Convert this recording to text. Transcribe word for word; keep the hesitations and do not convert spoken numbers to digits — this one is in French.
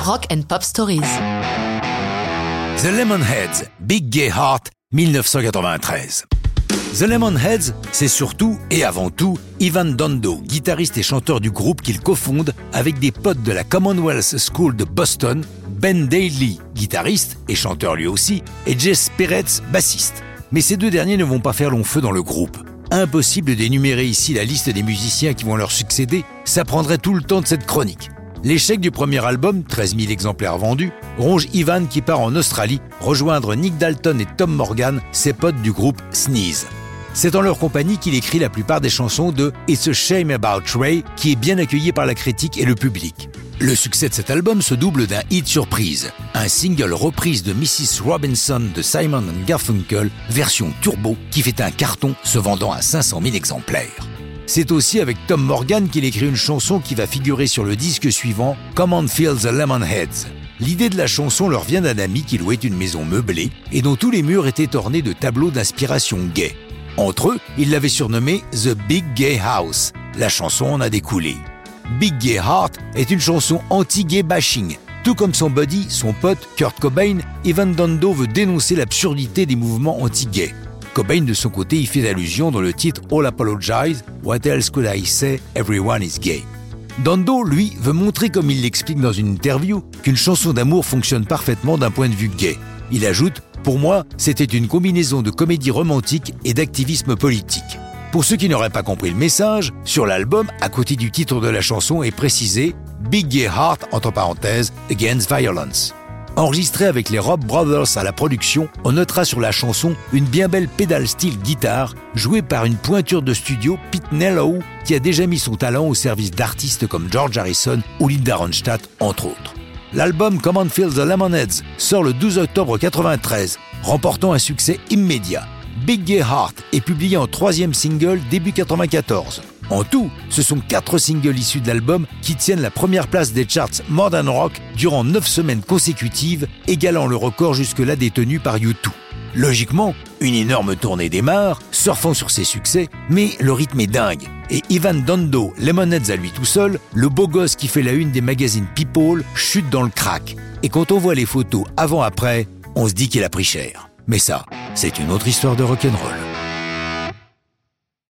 Rock and Pop Stories. The Lemonheads, Big Gay Heart, dix-neuf cent quatre-vingt-treize. The Lemonheads, c'est surtout et avant tout Ivan Dando, guitariste et chanteur du groupe qu'il cofonde avec des potes de la Commonwealth School de Boston, Ben Dailey, guitariste et chanteur lui aussi, et Jess Peretz, bassiste. Mais ces deux derniers ne vont pas faire long feu dans le groupe. Impossible d'énumérer ici la liste des musiciens qui vont leur succéder, ça prendrait tout le temps de cette chronique. L'échec du premier album, treize mille exemplaires vendus, ronge Ivan qui part en Australie rejoindre Nick Dalton et Tom Morgan, ses potes du groupe Sneeze. C'est en leur compagnie qu'il écrit la plupart des chansons de It's a Shame About Ray, qui est bien accueilli par la critique et le public. Le succès de cet album se double d'un hit surprise, un single reprise de missus Robinson de Simon and Garfunkel, version turbo, qui fait un carton se vendant à cinq cent mille exemplaires. C'est aussi avec Tom Morgan qu'il écrit une chanson qui va figurer sur le disque suivant, Come on Feel the Lemonheads. L'idée de la chanson leur vient d'un ami qui louait une maison meublée et dont tous les murs étaient ornés de tableaux d'inspiration gay. Entre eux, ils l'avaient surnommé The Big Gay House. La chanson en a découlé. Big Gay Heart est une chanson anti-gay bashing. Tout comme son buddy, son pote, Kurt Cobain, Ivan Dando veut dénoncer l'absurdité des mouvements anti-gays. Cobain, de son côté, y fait allusion dans le titre All Apologize, What else could I say, Everyone is gay. Dando, lui, veut montrer, comme il l'explique dans une interview, qu'une chanson d'amour fonctionne parfaitement d'un point de vue gay. Il ajoute « Pour moi, c'était une combinaison de comédie romantique et d'activisme politique ». Pour ceux qui n'auraient pas compris le message, sur l'album, à côté du titre de la chanson est précisé « Big Gay Heart » entre parenthèses « Against Violence ». Enregistré avec les Rob Brothers à la production, on notera sur la chanson une bien belle pédale style guitare jouée par une pointure de studio, Pete Nello, qui a déjà mis son talent au service d'artistes comme George Harrison ou Linda Ronstadt, entre autres. L'album Come on Feel the Lemonheads sort le douze octobre quatre-vingt-treize, remportant un succès immédiat. Big Gay Heart est publié en troisième single début quatre-vingt-quatorze. En tout, ce sont quatre singles issus de l'album qui tiennent la première place des charts Modern Rock durant neuf semaines consécutives, égalant le record jusque-là détenu par U deux. Logiquement, une énorme tournée démarre, surfant sur ses succès, mais le rythme est dingue. Et Ivan Dando, Lemonheads à lui tout seul, le beau gosse qui fait la une des magazines People, chute dans le crack. Et quand on voit les photos avant-après, on se dit qu'il a pris cher. Mais ça, c'est une autre histoire de rock'n'roll.